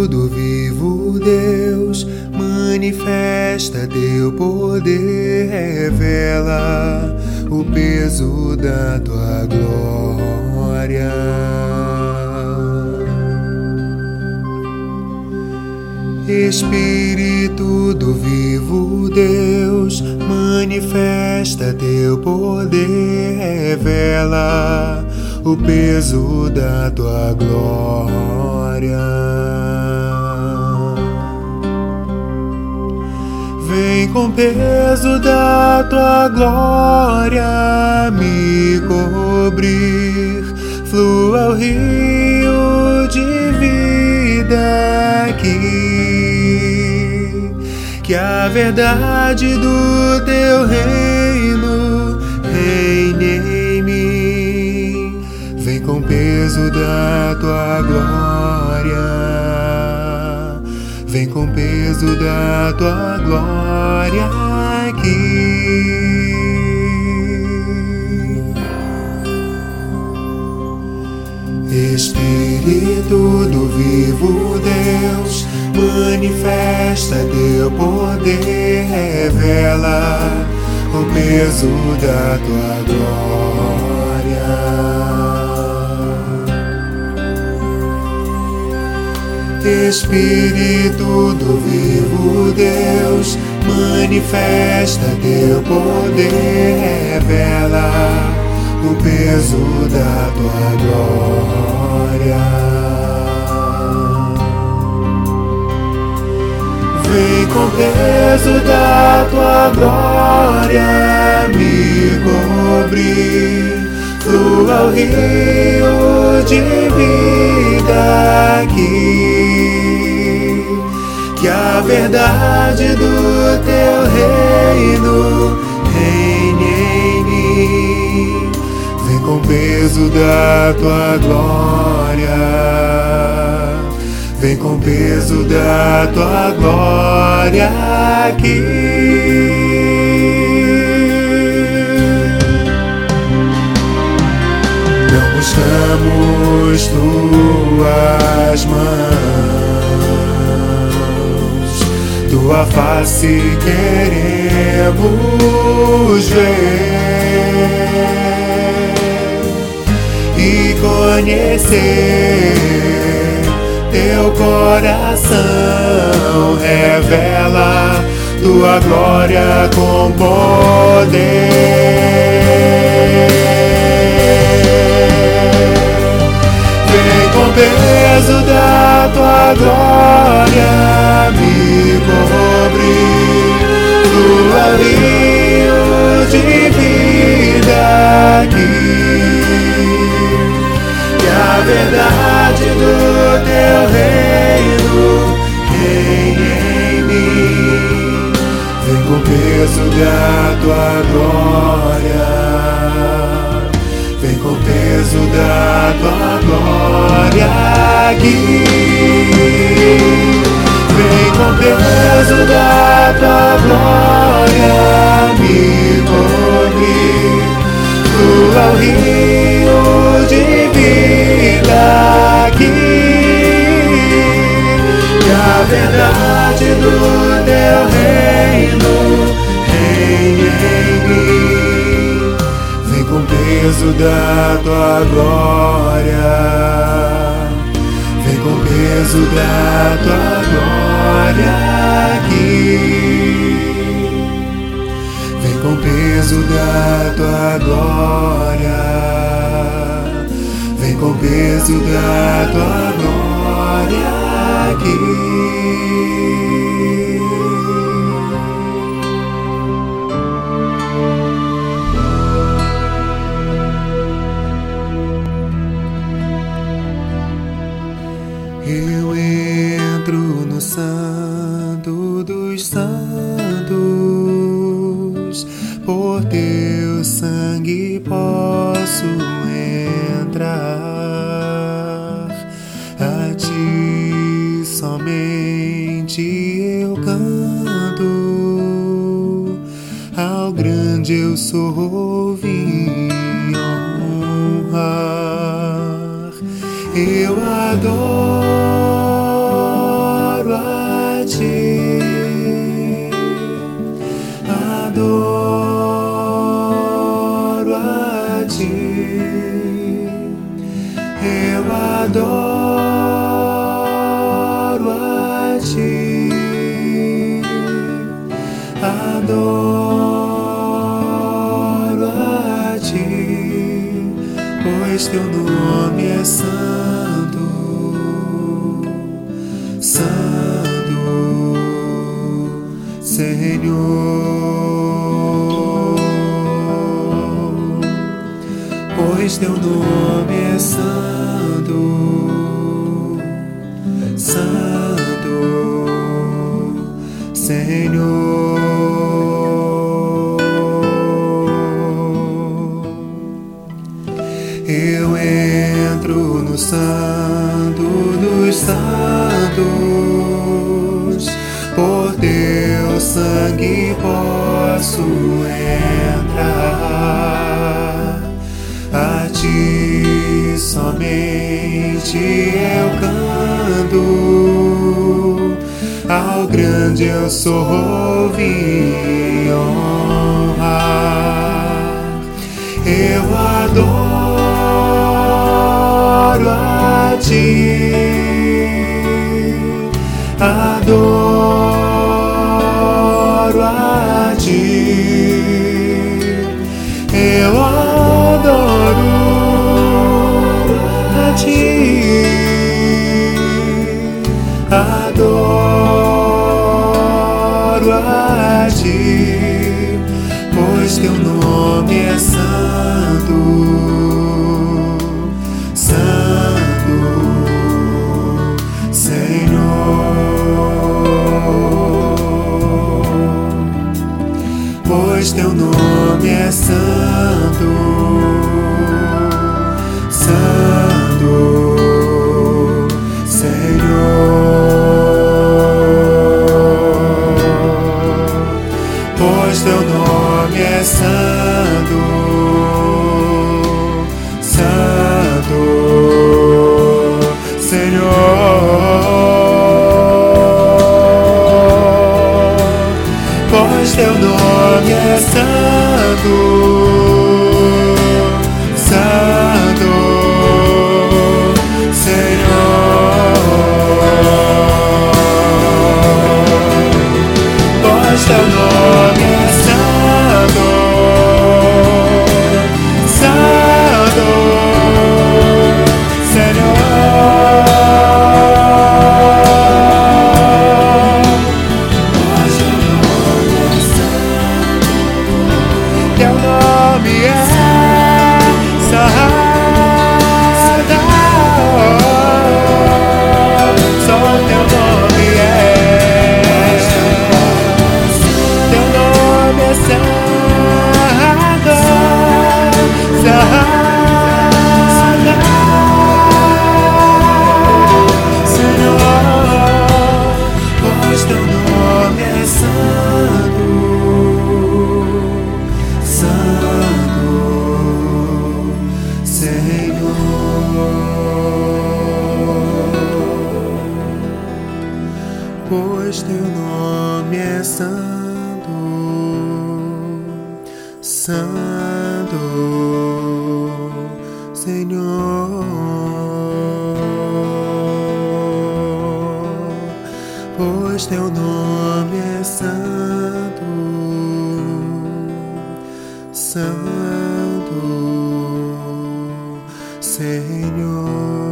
do vivo Deus, manifesta teu poder, revela o peso da tua glória. Espírito do vivo Deus, manifesta teu poder, revela o peso da tua glória. Vem com peso da tua glória me cobrir, flua o rio de vida aqui. Que a verdade do teu reino reine em mim. Vem com peso da tua glória. Vem com peso da tua glória aqui. Espírito do vivo Deus, manifesta teu poder, revela o peso da tua glória. Espírito do vivo Deus, manifesta teu poder, revela o peso da tua glória. Vem com peso da tua glória me cobrir, flua o rio de vida aqui. Que a verdade do teu reino reine em mim. Vem com peso da tua glória. Vem com peso da tua glória aqui. Não buscamos tuas mãos, tua face queremos ver e conhecer teu coração, revela tua glória com poder. Vem com peso da tua glória me cobrir, flua rio de vida aqui. Que a verdade do teu reino reine em mim. Vem com peso da tua glória. Vem com peso da tua glória aqui. Vem com peso da tua glória me cobrir, flua o rio de vida aqui. Que a verdade do teu reino reine em mim. Vem com peso da tua glória. Vem com peso da tua glória aqui. Vem com peso da tua glória. Vem com peso da tua glória aqui. Eu entro no Santo dos Santos, por teu sangue posso entrar. A ti somente eu canto, ao grande eu sou vim honrar. Eu adoro ti, adoro a ti, eu adoro a ti, adoro a ti, pois teu nome é santo, santo, Senhor, pois teu nome é santo, santo, Senhor. Eu entro no santo dos santos, por teu sangue posso entrar. A ti somente eu canto, ao grande eu sou vim honrar. Eu adoro a ti, adoro a ti, eu adoro a ti, adoro a ti, pois teu nome é santo, santo, Senhor, pois teu nome é santo, santo, Senhor, pois teu nome é santo, santo, Senhor, pois teu nome é santo, santo, Senhor, pois teu nome é santo, santo, Senhor, pois teu nome é santo, teu nome é santo, só teu nome é. Teu nome é santo, santo, Senhor, pois teu nome é santo, santo, Senhor, pois teu nome é santo, santo, Senhor, pois teu nome é santo, santo, Senhor.